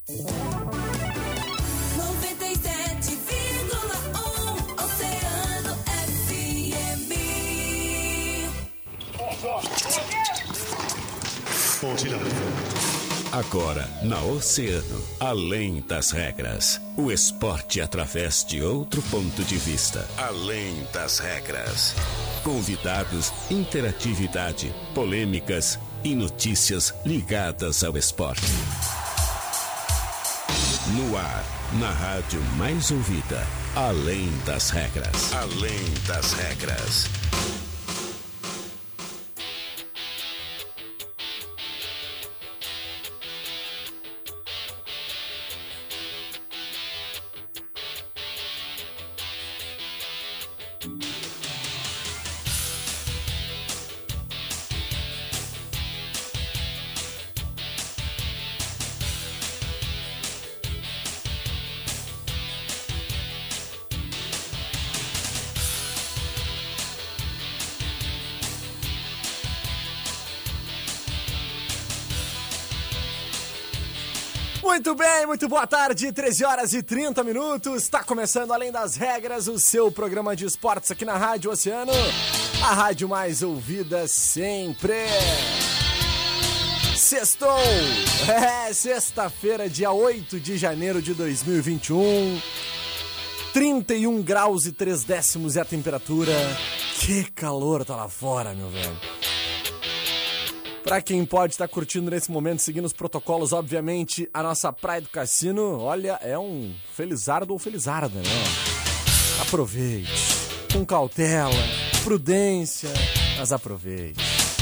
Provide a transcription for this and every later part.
Oceano FM. Agora, na Oceano, além das regras. O esporte através de outro ponto de vista. Além das regras. Convidados, interatividade, polêmicas e notícias ligadas ao esporte. No ar, na rádio mais ouvida. Além das regras. Além das regras. Muito bem, muito boa tarde, 13 horas e 30 minutos, está começando Além das Regras, o seu programa de esportes aqui na Rádio Oceano, a rádio mais ouvida sempre. Sextou, sexta-feira, dia 8 de janeiro de 2021, 31 graus e 3 décimos é a temperatura, que calor tá lá fora, meu velho. Pra quem pode estar curtindo nesse momento, seguindo os protocolos, obviamente, a nossa Praia do Cassino, olha, é um felizardo ou felizarda, né? Aproveite, com cautela, prudência, mas aproveite.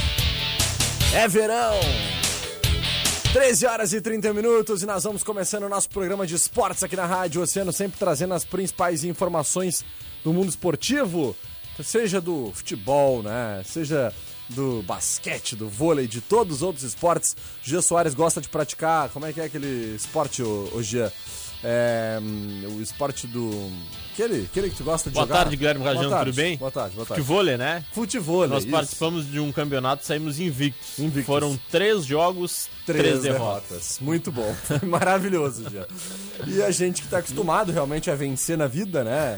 É verão! 13 horas e 30 minutos e nós vamos começando o nosso programa de esportes aqui na Rádio Oceano, sempre trazendo as principais informações do mundo esportivo, seja do futebol, né? Seja do basquete, do vôlei, de todos os outros esportes. Gia Soares gosta de praticar, como é que é aquele esporte, ô Gia? O esporte do... Aquele que tu gosta de jogar. Boa tarde, Guilherme Rajão, tudo bem? Boa tarde. Futevôlei, né? Futevôlei, Nós isso. Participamos de um campeonato e saímos invictos. Foram 3 jogos, 3 derrotas. Muito bom, maravilhoso, já. E a gente que tá acostumado realmente a vencer na vida, né?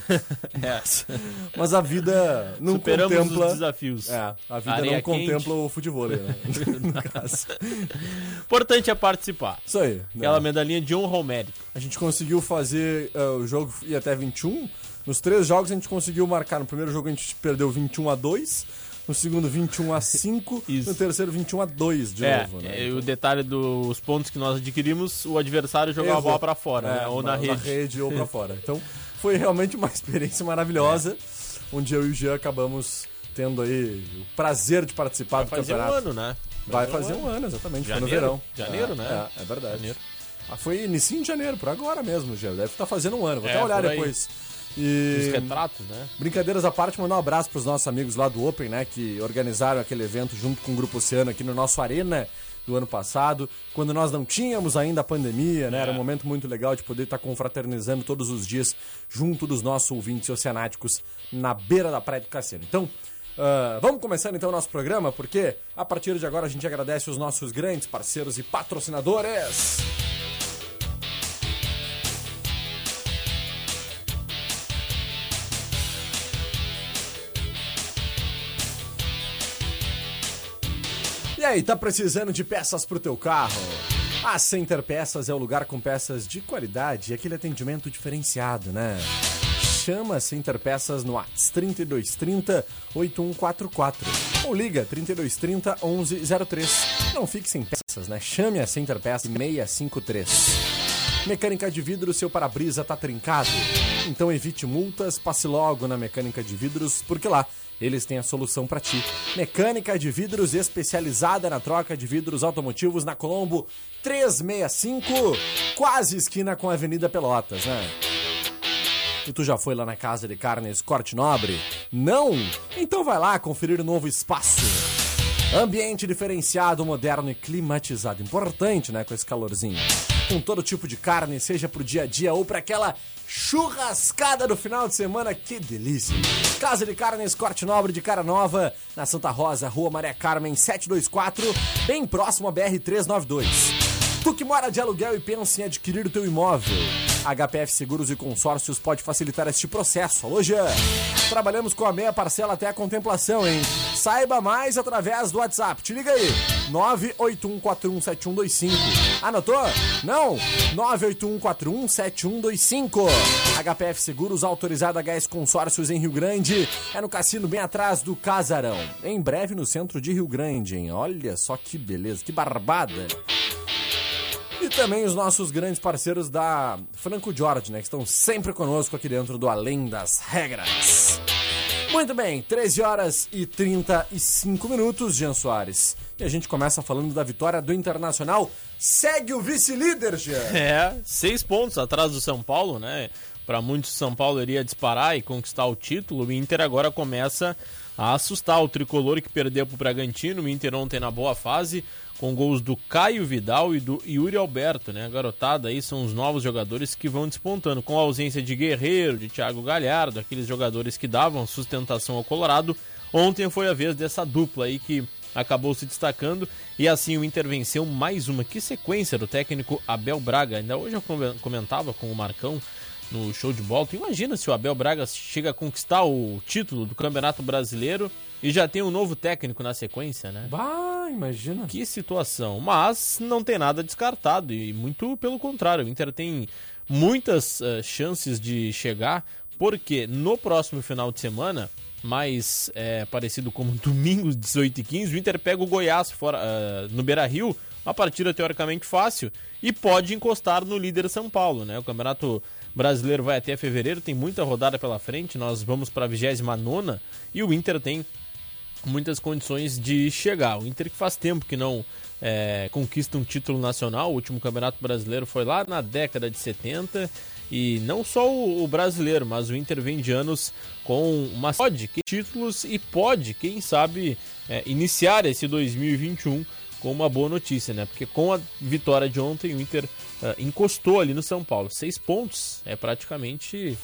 Mas a vida não Superamos contempla... os desafios. A vida Areia não contempla quente. o futevôlei, né? No caso. Importante é participar. Isso aí. Aquela medalhinha de honra ao mérito. A gente conseguiu fazer o jogo ir até 21. Nos 3 jogos a gente conseguiu marcar. No primeiro jogo a gente perdeu 21-2. No segundo 21-5. Isso. No terceiro 21-2 de novo, né? E o detalhe dos pontos que nós adquirimos, o adversário jogou a bola pra fora, né? Ou na rede. Na rede ou pra fora. Então foi realmente uma experiência maravilhosa, onde eu e o Jean acabamos tendo aí o prazer de participar do campeonato. Vai fazer um ano, né? Vai fazer um ano, exatamente. Janeiro, foi no verão. Janeiro, né? É verdade. Janeiro. Foi início de janeiro, por agora mesmo, Jean. Deve estar fazendo um ano. Vou até olhar por aí. depois. Os retratos, né? Brincadeiras à parte, mandar um abraço pros nossos amigos lá do Open, né? Que organizaram aquele evento junto com o Grupo Oceano aqui no nosso Arena do ano passado, quando nós não tínhamos ainda a pandemia, né? Era um momento muito legal de poder estar confraternizando todos os dias junto dos nossos ouvintes oceanáticos na beira da Praia do Cassino. Então, vamos começando então o nosso programa, porque a partir de agora a gente agradece os nossos grandes parceiros e patrocinadores. E aí, tá precisando de peças pro teu carro? A Center Peças é o lugar com peças de qualidade e aquele atendimento diferenciado, né? Chama a Center Peças no WhatsApp 3230 8144 ou liga 3230 1103. Não fique sem peças, né? Chame a Center Peças 653. Mecânica de vidro, seu para-brisa tá trincado? Então evite multas, passe logo na Mecânica de Vidros, porque lá eles têm a solução para ti. Mecânica de vidros especializada na troca de vidros automotivos na Colombo 365, quase esquina com a Avenida Pelotas, né? E tu já foi lá na Casa de Carnes Corte Nobre? Não? Então vai lá conferir o novo espaço. Ambiente diferenciado, moderno e climatizado. Importante, né, com esse calorzinho. Com todo tipo de carne, seja pro dia a dia ou pra aquela churrascada do final de semana, que delícia. Casa de Carnes Corte Nobre de Cara Nova, na Santa Rosa, Rua Maria Carmen 724, bem próximo à BR-392. Tu que mora de aluguel e pensa em adquirir o teu imóvel, HPF Seguros e Consórcios pode facilitar este processo. Alô, Jean. Trabalhamos com a meia parcela até a contemplação, hein? Saiba mais através do WhatsApp. Te liga aí. 981417125. Anotou? Não? 981417125. HPF Seguros, autorizada HS Consórcios em Rio Grande. É no cassino bem atrás do Casarão. Em breve no centro de Rio Grande, hein? Olha só que beleza, que barbada. E também os nossos grandes parceiros da Franco Jorge, né? Que estão sempre conosco aqui dentro do Além das Regras. Muito bem, 13 horas e 35 minutos, Jean Soares. E a gente começa falando da vitória do Internacional. Segue o vice-líder, Jean. 6 pontos atrás do São Paulo, né? Para muitos, o São Paulo iria disparar e conquistar o título. O Inter agora começa a assustar o tricolor que perdeu para o Bragantino. O Inter ontem na boa fase, com gols do Caio Vidal e do Yuri Alberto, né? A garotada aí são os novos jogadores que vão despontando, com a ausência de Guerreiro, de Thiago Galhardo, aqueles jogadores que davam sustentação ao Colorado. Ontem foi a vez dessa dupla aí que acabou se destacando e assim o Inter venceu mais uma. Que sequência do técnico Abel Braga. Ainda hoje eu comentava com o Marcão no show de bola. Tu imagina se o Abel Braga chega a conquistar o título do Campeonato Brasileiro e já tem um novo técnico na sequência, né? Bah, imagina. Que situação. Mas não tem nada descartado e muito pelo contrário. O Inter tem muitas chances de chegar, porque no próximo final de semana, mais parecido como domingo, 18h15, o Inter pega o Goiás fora, no Beira-Rio, uma partida teoricamente fácil, e pode encostar no líder São Paulo, né? O Campeonato Brasileiro vai até fevereiro, tem muita rodada pela frente, nós vamos para a 29ª e o Inter tem muitas condições de chegar. O Inter que faz tempo que não conquista um título nacional. O último Campeonato Brasileiro foi lá na década de 70 e não só o brasileiro, mas o Inter vem de anos com uma série de títulos e pode, quem sabe, iniciar esse 2021 com uma boa notícia, né? Porque com a vitória de ontem o Inter encostou ali no São Paulo. 6 pontos é praticamente...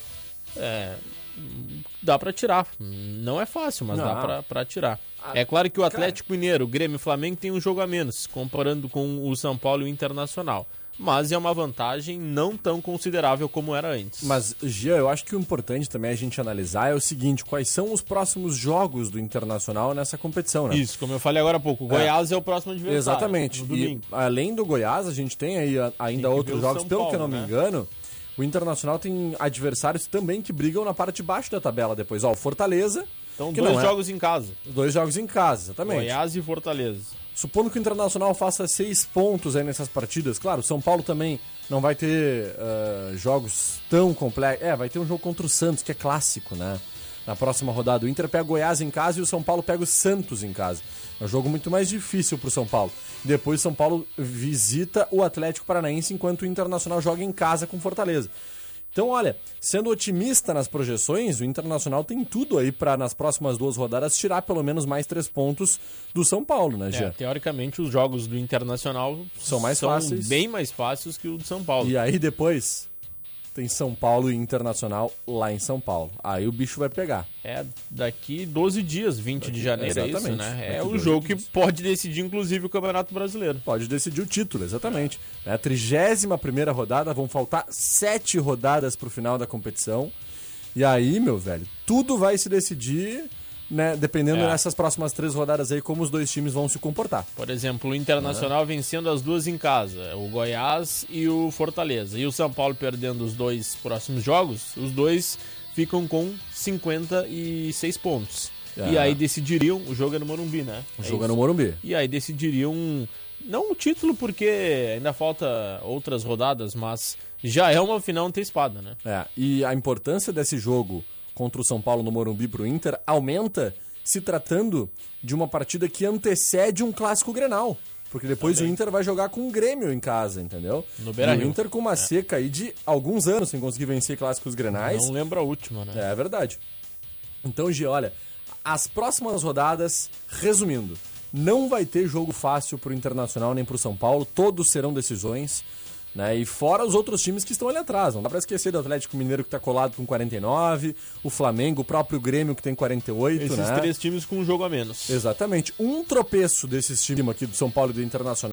dá pra tirar. Não é fácil, mas dá pra tirar. É claro que o Atlético Mineiro, o Grêmio e o Flamengo tem um jogo a menos, comparando com o São Paulo e o Internacional. Mas é uma vantagem não tão considerável como era antes. Mas, Gia, eu acho que o importante também a gente analisar é o seguinte: quais são os próximos jogos do Internacional nessa competição, né? Isso, como eu falei agora há pouco, o Goiás é o próximo adversário. Exatamente. E além do Goiás, a gente tem aí ainda outros jogos, pelo que eu não me engano. O Internacional tem adversários também que brigam na parte de baixo da tabela depois. Ó, o Fortaleza. Então, 2 jogos em casa. 2 jogos em casa, exatamente. Goiás e Fortaleza. Supondo que o Internacional faça 6 pontos aí nessas partidas, claro, o São Paulo também não vai ter jogos tão complexos. Vai ter um jogo contra o Santos, que é clássico, né? Na próxima rodada, o Inter pega o Goiás em casa e o São Paulo pega o Santos em casa. É um jogo muito mais difícil pro São Paulo. Depois o São Paulo visita o Atlético Paranaense, enquanto o Internacional joga em casa com Fortaleza. Então, olha, sendo otimista nas projeções, o Internacional tem tudo aí para nas próximas 2 rodadas tirar pelo menos mais 3 pontos do São Paulo, né, Gê? Teoricamente, os jogos do Internacional são fáceis. Bem mais fáceis que o do São Paulo. E aí depois tem São Paulo e Internacional lá em São Paulo. Aí o bicho vai pegar. Daqui 12 dias, 20 de janeiro, exatamente. É isso, né? É o jogo que pode decidir, inclusive, o Campeonato Brasileiro. Pode decidir o título, exatamente. É a 31ª rodada, vão faltar 7 rodadas pro final da competição. E aí, meu velho, tudo vai se decidir, né, dependendo dessas próximas 3 rodadas aí, como os dois times vão se comportar. Por exemplo, o Internacional vencendo as 2 em casa, o Goiás e o Fortaleza. E o São Paulo perdendo os 2 próximos jogos, os 2 ficam com 56 pontos. E aí decidiriam, o jogo é no Morumbi, né? O jogo é no Morumbi. E aí decidiriam, não o título porque ainda falta outras rodadas, mas já é uma final antecipada, né? E a importância desse jogo contra o São Paulo no Morumbi pro Inter aumenta se tratando de uma partida que antecede um clássico Grenal. Porque depois também o Inter vai jogar com o Grêmio em casa, entendeu? No Beira-Rio. E o Inter com uma seca aí de alguns anos sem conseguir vencer clássicos Grenais. Não lembro a última, né? É verdade. Então, Gi, olha, as próximas rodadas, resumindo, não vai ter jogo fácil pro Internacional nem pro São Paulo, todos serão decisões. né? E fora os outros times que estão ali atrás. Não dá pra esquecer do Atlético Mineiro que tá colado com 49, o Flamengo, o próprio Grêmio que tem 48, Esses né? 3 times com um jogo a menos. Exatamente. Um tropeço desses times aqui do São Paulo e do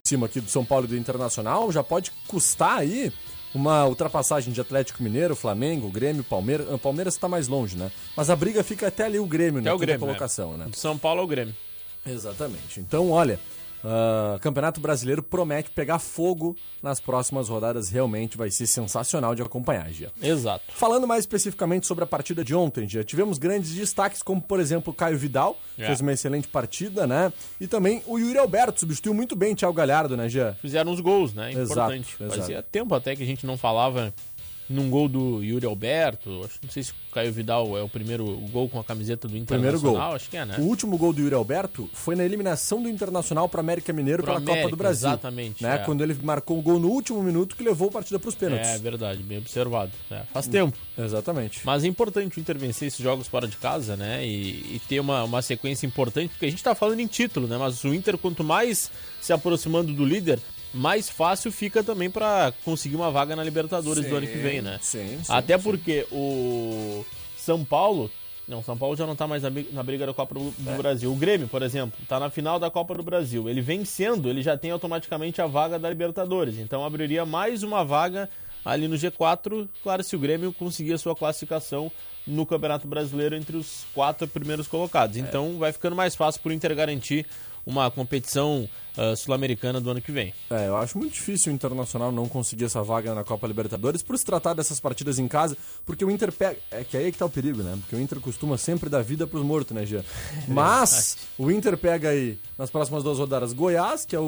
Internacional, já pode custar aí uma ultrapassagem de Atlético Mineiro, Flamengo, Grêmio, Palmeiras. O Palmeiras tá mais longe, né? Mas a briga fica até ali o Grêmio, né? É o Grêmio, colocação, né? De São Paulo ao Grêmio. Exatamente. Então, olha, Campeonato Brasileiro promete pegar fogo nas próximas rodadas. Realmente vai ser sensacional de acompanhar, Gia. Exato. Falando mais especificamente sobre a partida de ontem, Gia, tivemos grandes destaques, como, por exemplo, o Caio Vidal, fez uma excelente partida, né? E também o Yuri Alberto, substituiu muito bem o Thiago Galhardo, né, Gia? Fizeram uns gols, né? Importante. Exato. Fazia tempo até que a gente não falava num gol do Yuri Alberto. Não sei se o Caio Vidal é o primeiro gol com a camiseta do Internacional. Primeiro gol. Acho que é, né? O último gol do Yuri Alberto foi na eliminação do Internacional para América Mineiro pela Copa do Brasil. Exatamente. Né? Quando ele marcou um gol no último minuto que levou a partida para os pênaltis. É verdade, bem observado. Faz tempo. Exatamente. Mas é importante o Inter vencer esses jogos fora de casa, né? E ter uma sequência importante, porque a gente tá falando em título, né? Mas o Inter, quanto mais se aproximando do líder, mais fácil fica também para conseguir uma vaga na Libertadores do ano que vem, né? Sim, Até porque o São Paulo... Não, São Paulo já não tá mais na briga da Copa do Brasil. O Grêmio, por exemplo, tá na final da Copa do Brasil. Ele vencendo, ele já tem automaticamente a vaga da Libertadores. Então abriria mais uma vaga ali no G4, claro, se o Grêmio conseguir a sua classificação no Campeonato Brasileiro entre os 4 primeiros colocados. Então vai ficando mais fácil pro Inter garantir uma competição sul-americana do ano que vem. Eu acho muito difícil o Internacional não conseguir essa vaga na Copa Libertadores por se tratar dessas partidas em casa, porque o Inter pega... É que aí que tá o perigo, né? Porque o Inter costuma sempre dar vida pros mortos, né, Gia? Mas o Inter pega aí, nas próximas 2 rodadas, Goiás, que é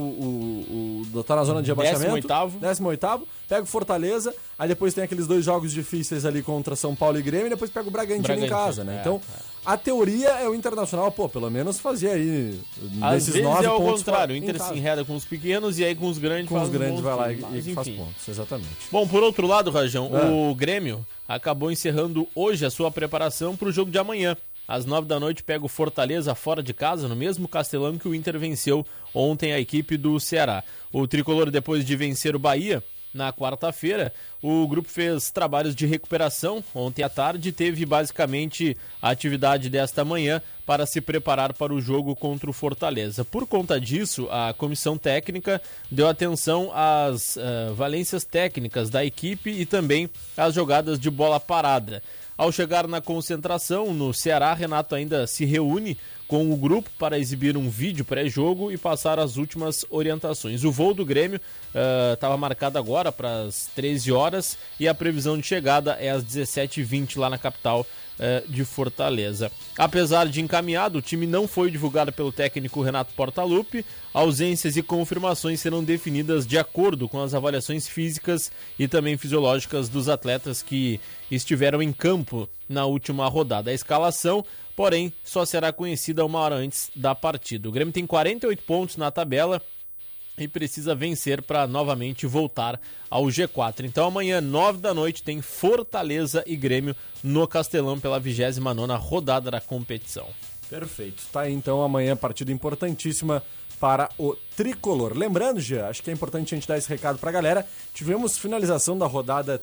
tá na zona de rebaixamento. 18º. Pega o Fortaleza, aí depois tem aqueles 2 jogos difíceis ali contra São Paulo e Grêmio, e depois pega o Bragantino em casa, né? Então, a teoria é o Internacional, pelo menos fazia aí às nesses vezes 9 é o pontos. contrário, o Inter se enreda com os pequenos e aí com os grandes com os grandes vai lá mas, e faz pontos, exatamente. Bom, por outro lado, Rajão, o Grêmio acabou encerrando hoje a sua preparação para o jogo de amanhã. Às 9 da noite pega o Fortaleza fora de casa, no mesmo Castelão que o Inter venceu ontem a equipe do Ceará. O tricolor, depois de vencer o Bahia na quarta-feira, o grupo fez trabalhos de recuperação ontem à tarde, teve basicamente a atividade desta manhã para se preparar para o jogo contra o Fortaleza. Por conta disso, a comissão técnica deu atenção às valências técnicas da equipe e também às jogadas de bola parada. Ao chegar na concentração no Ceará, Renato ainda se reúne com o grupo para exibir um vídeo pré-jogo e passar as últimas orientações. O voo do Grêmio estava marcado agora para as 13 horas e a previsão de chegada é às 17h20 lá na capital de Fortaleza. Apesar de encaminhado, o time não foi divulgado pelo técnico Renato Portaluppi. Ausências e confirmações serão definidas de acordo com as avaliações físicas e também fisiológicas dos atletas que estiveram em campo na última rodada. A escalação, porém, só será conhecida 1 hora antes da partida. O Grêmio tem 48 pontos na tabela e precisa vencer para novamente voltar ao G4. Então amanhã, 9 da noite, tem Fortaleza e Grêmio no Castelão pela 29ª rodada da competição. Perfeito. Tá aí então amanhã partida importantíssima para o tricolor. Lembrando, Gia, acho que é importante a gente dar esse recado pra galera. Tivemos finalização da rodada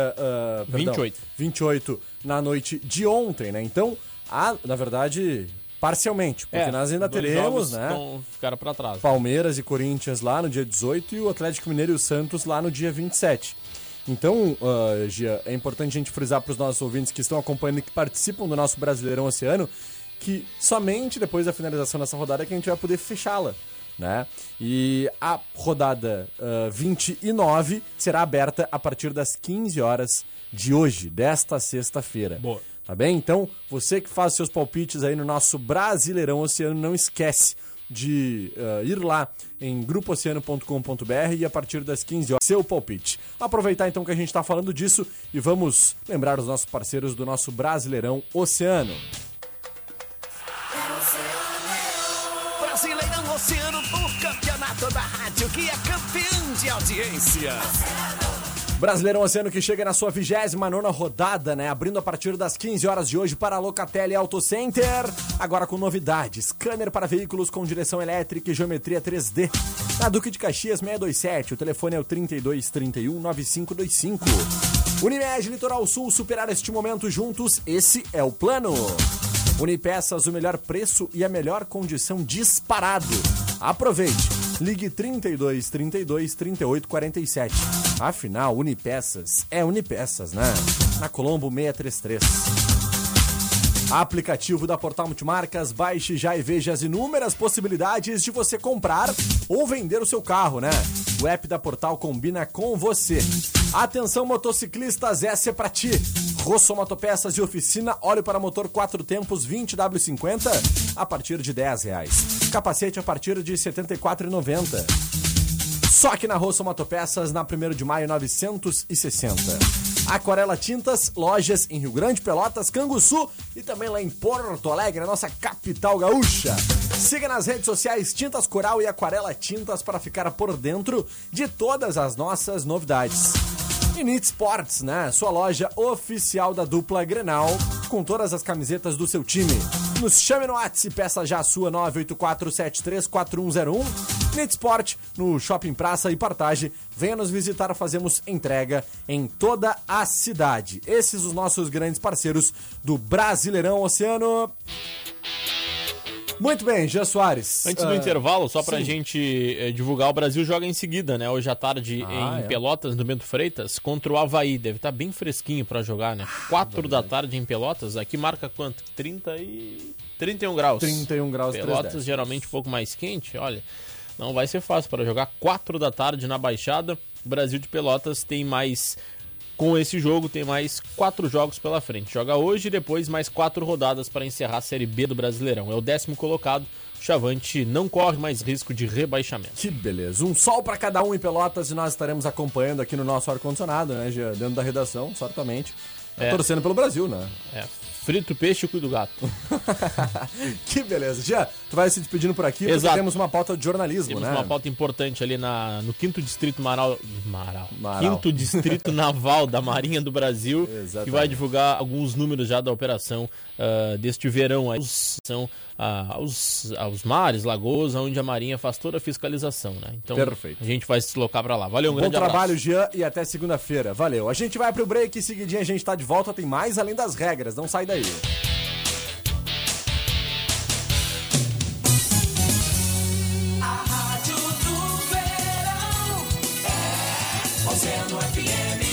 28 na noite de ontem, né? Então, na verdade, parcialmente, porque nós ainda teremos, né? Ficaram para trás. Palmeiras e Corinthians lá no dia 18 e o Atlético Mineiro e o Santos lá no dia 27. Então, Gia, é importante a gente frisar para os nossos ouvintes que estão acompanhando e que participam do nosso Brasileirão Oceano que somente depois da finalização dessa rodada é que a gente vai poder fechá-la, né? E a rodada 29 será aberta a partir das 15 horas de hoje, desta sexta-feira. Boa. Tá bem? Então, você que faz seus palpites aí no nosso Brasileirão Oceano, não esquece de ir lá em grupooceano.com.br e a partir das 15 horas, seu palpite. Aproveitar então que a gente está falando disso e vamos lembrar os nossos parceiros do nosso Brasileirão Oceano. Brasileirão Oceano, o campeonato da rádio que é campeão de audiência. Brasileirão Oceano que chega na sua 29ª rodada, né? Abrindo a partir das 15 horas de hoje para a Locatelli Auto Center. Agora com novidades. Scanner para veículos com direção elétrica e geometria 3D. Na Duque de Caxias 627. O telefone é o 3231-9525. Unimed Litoral Sul, superar este momento juntos. Esse é o plano. Unipeças, o melhor preço e a melhor condição disparado. Aproveite. Ligue 3232-3847. Afinal, Unipeças é Unipeças, né? Na Colombo 633. Aplicativo da Portal Multimarcas, baixe já e veja as inúmeras possibilidades de você comprar ou vender o seu carro, né? O app da Portal combina com você. Atenção motociclistas, essa é pra ti. Rosso Motopeças e Oficina, óleo para motor 4 tempos 20W50 a partir de R$10. Capacete a partir de R$ 74,90. Só aqui na Rosso Motopeças, na 1º de maio 960. Aquarela Tintas, lojas em Rio Grande, Pelotas, Canguçu e também lá em Porto Alegre, a nossa capital gaúcha. Siga nas redes sociais Tintas Coral e Aquarela Tintas para ficar por dentro de todas as nossas novidades. E NIT Sports, né? Sua loja oficial da dupla Grenal, com todas as camisetas do seu time. Nos chame no WhatsApp e peça já a sua 984734101. NIT Sport, no Shopping Praça e Partage. Venha nos visitar, fazemos entrega em toda a cidade. Esses os nossos grandes parceiros do Brasileirão Oceano. Muito bem, Jean Soares. Antes do intervalo, só pra sim. gente divulgar, o Brasil joga em seguida, né? Hoje à tarde em Pelotas, no Bento Freitas, contra o Avaí. Deve estar bem fresquinho pra jogar, né? 4 da tarde em Pelotas. Aqui marca quanto? 31 graus. 31 graus. Pelotas geralmente um pouco mais quente, olha. Não vai ser fácil para jogar 4 da tarde na Baixada. O Brasil de Pelotas tem mais... Com esse jogo, tem mais 4 jogos pela frente. Joga hoje e depois mais 4 rodadas para encerrar a Série B do Brasileirão. É o 10º colocado. O Chavante não corre mais risco de rebaixamento. Que beleza. Um sol para cada um em Pelotas e nós estaremos acompanhando aqui no nosso ar-condicionado, né, Jean? Dentro da redação, certamente. Torcendo pelo Brasil, né? Frito peixe e cu do gato. Que beleza. Jean, tu vai se despedindo por aqui, porque temos uma pauta de jornalismo, temos né? Temos uma pauta importante ali no 5º Distrito Maral. 5º Distrito Naval da Marinha do Brasil, que vai divulgar alguns números já da operação deste verão. São aos mares, lagoas, onde a Marinha faz toda a fiscalização, né? Então, perfeito. A gente vai se deslocar para lá. Valeu, um grande abraço. Bom trabalho, Jean, e até segunda-feira. Valeu. A gente vai pro break e seguidinho a gente tá de volta. Tem mais além das regras. Não sai daí. A Rádio do Verão é Oceano FM.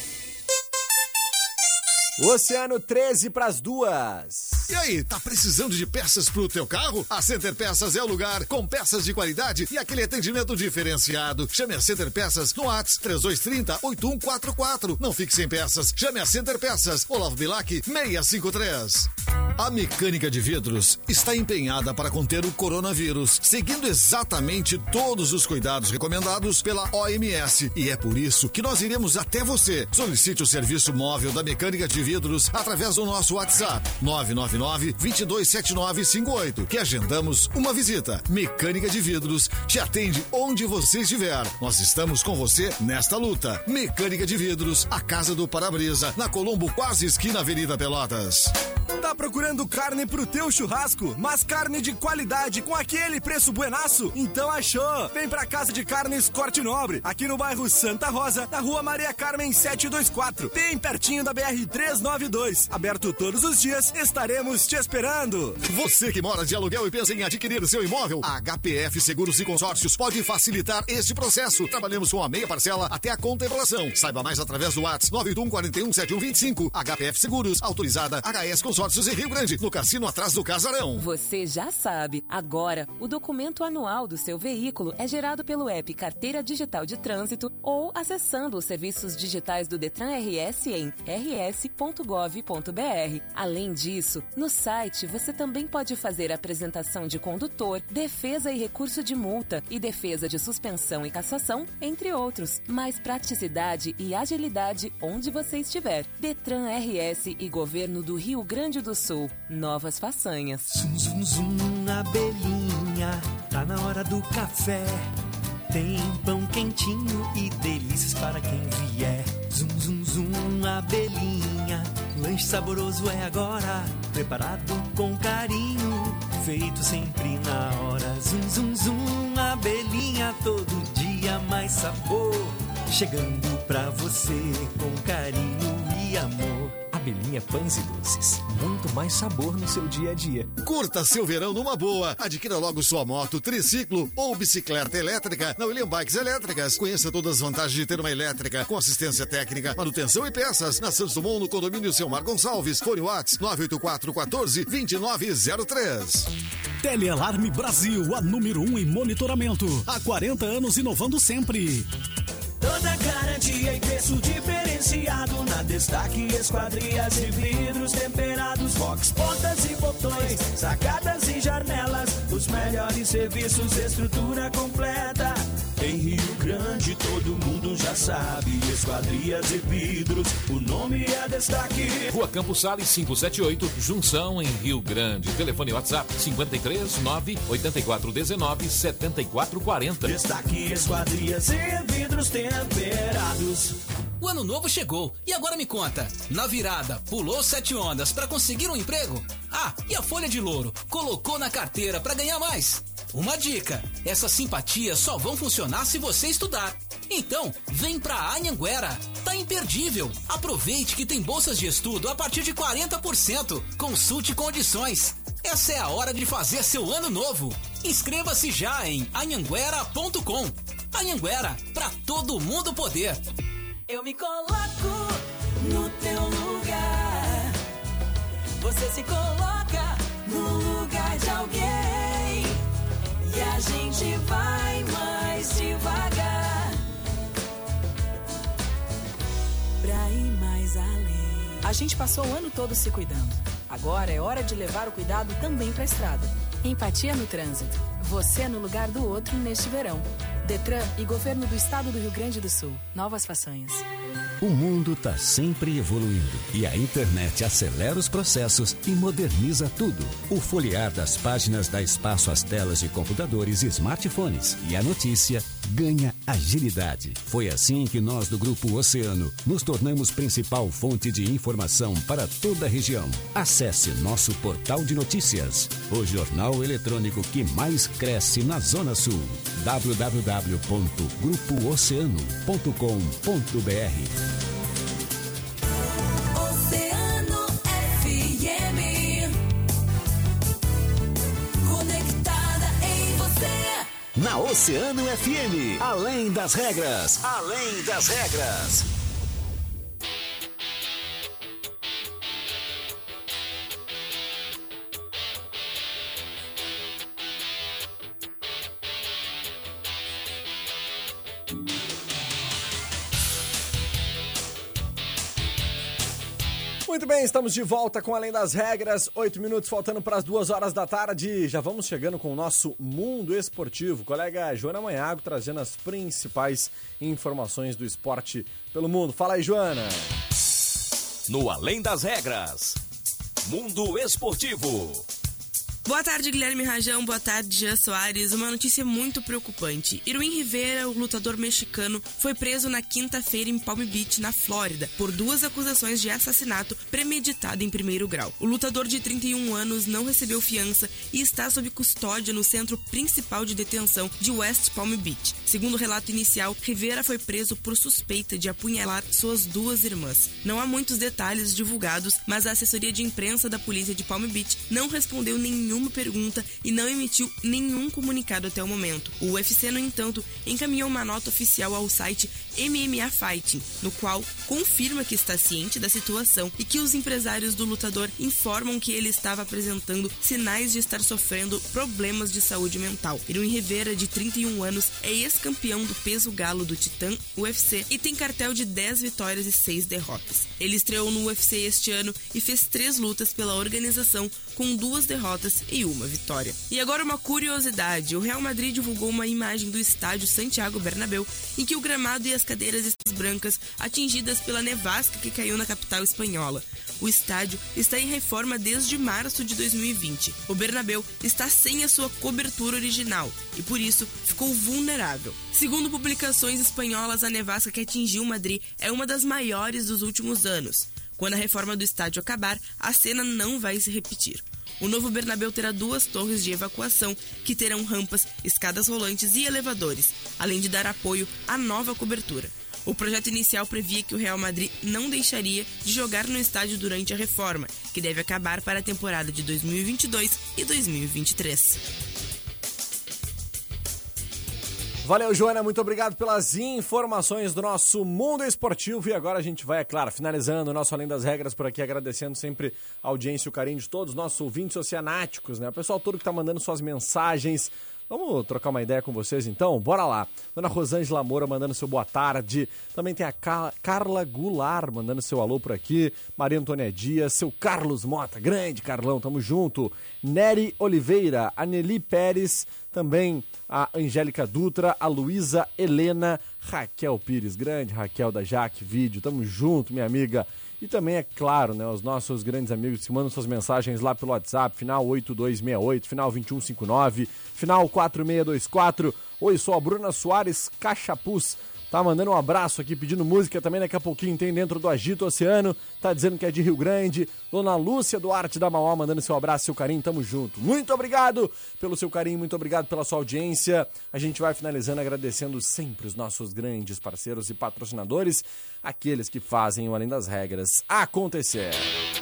Oceano 13 pras 2. E aí, tá precisando de peças pro teu carro? A Center Peças é o lugar, com peças de qualidade e aquele atendimento diferenciado. Chame a Center Peças no WhatsApp 3230-8144. Não fique sem peças. Chame a Center Peças, Olavo Bilac 653. A Mecânica de Vidros está empenhada para conter o coronavírus, seguindo exatamente todos os cuidados recomendados pela OMS. E é por isso que nós iremos até você. Solicite o serviço móvel da Mecânica de Vidros através do nosso WhatsApp 999-227958, que agendamos uma visita. Mecânica de Vidros te atende onde você estiver. Nós estamos com você nesta luta. Mecânica de Vidros, a casa do para-brisa, na Colombo, quase esquina Avenida Pelotas. Tá procurando carne pro teu churrasco, mas carne de qualidade com aquele preço buenaço? Então achou! Vem pra Casa de Carnes Corte Nobre, aqui no bairro Santa Rosa, na Rua Maria Carmen 724, bem pertinho da BR-392. Aberto todos os dias, estaremos te esperando. Você que mora de aluguel e pensa em adquirir seu imóvel, a HPF Seguros e Consórcios pode facilitar este processo. Trabalhamos com a meia parcela até a contemplação. Saiba mais através do WhatsApp 981417125. HPF Seguros, autorizada HS Consórcios em Rio Grande, no cassino atrás do Casarão. Você já sabe, agora o documento anual do seu veículo é gerado pelo app Carteira Digital de Trânsito ou acessando os serviços digitais do Detran RS em rs.gov.br. Além disso, no site você também pode fazer apresentação de condutor, defesa e recurso de multa e defesa de suspensão e cassação, entre outros. Mais praticidade e agilidade onde você estiver. Detran RS e Governo do Rio Grande do Sul. Novas façanhas. Zum, zum, zum, abelhinha, tá na hora do café. Tem pão quentinho e delícias para quem vier. abelhinha. Lanche saboroso é agora, preparado com carinho, feito sempre na hora. Zum, zum, zum, abelhinha, todo dia mais sabor, chegando pra você com carinho e amor. Abelhinha Pães e Doces, muito mais sabor no seu dia a dia. Curta seu verão numa boa. Adquira logo sua moto, triciclo ou bicicleta elétrica na William Bikes Elétricas. Conheça todas as vantagens de ter uma elétrica com assistência técnica, manutenção e peças. Na Santos Dumont, no condomínio Selmar Gonçalves. Fone WhatsApp 984 14 2903. Telealarme Brasil, a número 1 em monitoramento. Há 40 anos inovando sempre. Toda garantia e preço diferenciado na Destaque Esquadrias e vidros temperados, box, portas e botões, sacadas e janelas, os melhores serviços, estrutura completa. Em Rio Grande todo mundo já sabe, Esquadrias e vidros, o nome é Destaque. Rua Campos Sales 578, Junção, em Rio Grande. Telefone WhatsApp 53 98419 7440. Destaque Esquadrias e vidros temperados. O ano novo chegou e agora me conta, na virada pulou 7 ondas pra conseguir um emprego? Ah, e a folha de louro colocou na carteira pra ganhar mais? Uma dica, essas simpatias só vão funcionar se você estudar. Então, vem pra Anhanguera, tá imperdível. Aproveite que tem bolsas de estudo a partir de 40%. Consulte condições. Essa é a hora de fazer seu ano novo. Inscreva-se já em anhanguera.com. Anhanguera, pra todo mundo poder. Eu me coloco no teu lugar. Você se coloca no lugar de alguém. E a gente vai mais devagar pra ir mais além. A gente passou o ano todo se cuidando. Agora é hora de levar o cuidado também pra estrada. Empatia no trânsito. Você no lugar do outro neste verão. Detran e Governo do Estado do Rio Grande do Sul. Novas façanhas. O mundo está sempre evoluindo e a internet acelera os processos e moderniza tudo. O folhear das páginas dá espaço às telas de computadores e smartphones e a notícia ganha agilidade. Foi assim que nós do Grupo Oceano nos tornamos principal fonte de informação para toda a região. Acesse nosso portal de notícias, o jornal eletrônico que mais cresce na Zona Sul. www.grupooceano.com.br. Oceano FM, conectada em você. Na Oceano FM, além das regras, além das regras. Muito bem, estamos de volta com Além das Regras, 8 minutos faltando para as 2 horas da tarde, já vamos chegando com o nosso Mundo Esportivo, colega Joana Manhago trazendo as principais informações do esporte pelo mundo. Fala aí, Joana! No Além das Regras, Mundo Esportivo. Boa tarde, Guilherme Rajão. Boa tarde, Jean Soares. Uma notícia muito preocupante. Irwin Rivera, o lutador mexicano, foi preso na quinta-feira em Palm Beach, na Flórida, por 2 acusações de assassinato premeditado em primeiro grau. O lutador de 31 anos não recebeu fiança e está sob custódia no centro principal de detenção de West Palm Beach. Segundo o relato inicial, Rivera foi preso por suspeita de apunhalar suas 2 irmãs. Não há muitos detalhes divulgados, mas a assessoria de imprensa da polícia de Palm Beach não respondeu nenhuma pergunta e não emitiu nenhum comunicado até o momento. O UFC, no entanto, encaminhou uma nota oficial ao site MMA Fighting, no qual confirma que está ciente da situação e que os empresários do lutador informam que ele estava apresentando sinais de estar sofrendo problemas de saúde mental. Irwin Rivera, de 31 anos, é ex-campeão do peso galo do Titã UFC e tem cartel de 10 vitórias e 6 derrotas. Ele estreou no UFC este ano e fez 3 lutas pela organização, com 2 derrotas empates e uma vitória. E agora uma curiosidade, o Real Madrid divulgou uma imagem do estádio Santiago Bernabéu, em que o gramado e as cadeiras estão brancas atingidas pela nevasca que caiu na capital espanhola. O estádio está em reforma desde março de 2020. O Bernabéu está sem a sua cobertura original e, por isso, ficou vulnerável. Segundo publicações espanholas, a nevasca que atingiu Madrid é uma das maiores dos últimos anos. Quando a reforma do estádio acabar, a cena não vai se repetir. O novo Bernabéu terá 2 torres de evacuação que terão rampas, escadas rolantes e elevadores, além de dar apoio à nova cobertura. O projeto inicial previa que o Real Madrid não deixaria de jogar no estádio durante a reforma, que deve acabar para a temporada de 2022 e 2023. Valeu, Joana, muito obrigado pelas informações do nosso mundo esportivo. E agora a gente vai, é claro, finalizando o nosso Além das Regras por aqui, agradecendo sempre a audiência e o carinho de todos os nossos ouvintes oceanáticos, né? O pessoal todo que tá mandando suas mensagens. Vamos trocar uma ideia com vocês, então? Bora lá. Dona Rosângela Moura mandando seu boa tarde. Também tem a Carla Goulart mandando seu alô por aqui. Maria Antônia Dias, seu Carlos Mota. Grande Carlão, tamo junto. Nery Oliveira, a Nelly Pérez, também a Angélica Dutra, a Luísa Helena, Raquel Pires. Grande Raquel da Jaque Vídeo. Tamo junto, minha amiga. E também, é claro, né, os nossos grandes amigos que mandam suas mensagens lá pelo WhatsApp, final 8268, final 2159, final 4624. Oi, sou a Bruna Soares Cachapuz. Tá mandando um abraço aqui, pedindo música também, daqui a pouquinho tem dentro do Agito Oceano, tá dizendo que é de Rio Grande. Dona Lúcia Duarte da Mauá mandando seu abraço, seu carinho, tamo junto. Muito obrigado pelo seu carinho, muito obrigado pela sua audiência. A gente vai finalizando agradecendo sempre os nossos grandes parceiros e patrocinadores, aqueles que fazem o Além das Regras acontecer.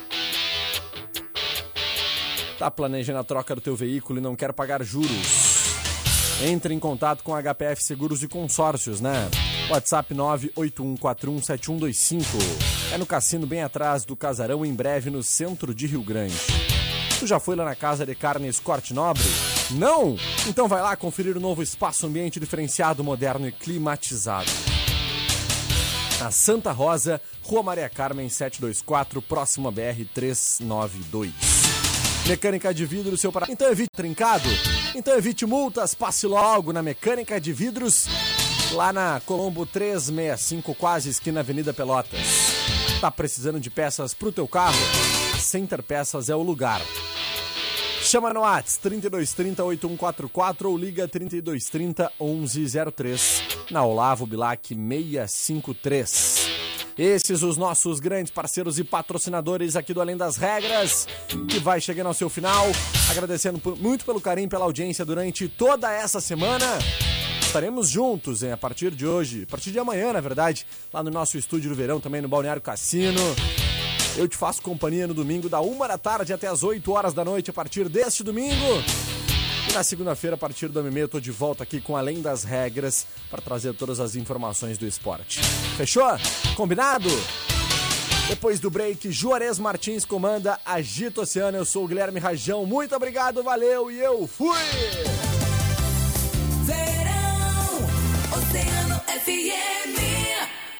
Tá planejando a troca do teu veículo e não quer pagar juros? Entre em contato com a HPF Seguros e Consórcios, né? WhatsApp 981417125. É no cassino bem atrás do Casarão, em breve no centro de Rio Grande. Tu já foi lá na Casa de Carnes Corte Nobre? Não? Então vai lá conferir o novo espaço ambiente diferenciado, moderno e climatizado. Na Santa Rosa, Rua Maria Carmen 724, próximo a BR-392. Mecânica de vidro, seu para... Então evite trincado? Então evite multas, passe logo na Mecânica de Vidros, lá na Colombo 365, quase esquina Avenida Pelotas. Tá precisando de peças pro teu carro? Center Peças é o lugar. Chama no WhatsApp 3230-8144 ou liga 3230-1103, na Olavo Bilac 653. Esses os nossos grandes parceiros e patrocinadores aqui do Além das Regras, que vai chegando ao seu final. Agradecendo muito pelo carinho, pela audiência durante toda essa semana. Estaremos juntos, hein, a partir de hoje, a partir de amanhã, na verdade, lá no nosso estúdio do verão, também no Balneário Cassino. Eu te faço companhia no domingo, da 1 da tarde até as 8 horas da noite, a partir deste domingo. E na segunda-feira, a partir do meio-dia, eu tô de volta aqui com Além das Regras para trazer todas as informações do esporte. Fechou? Combinado? Depois do break, Juarez Martins comanda Agito Oceano. Eu sou o Guilherme Rajão. Muito obrigado, valeu e eu fui!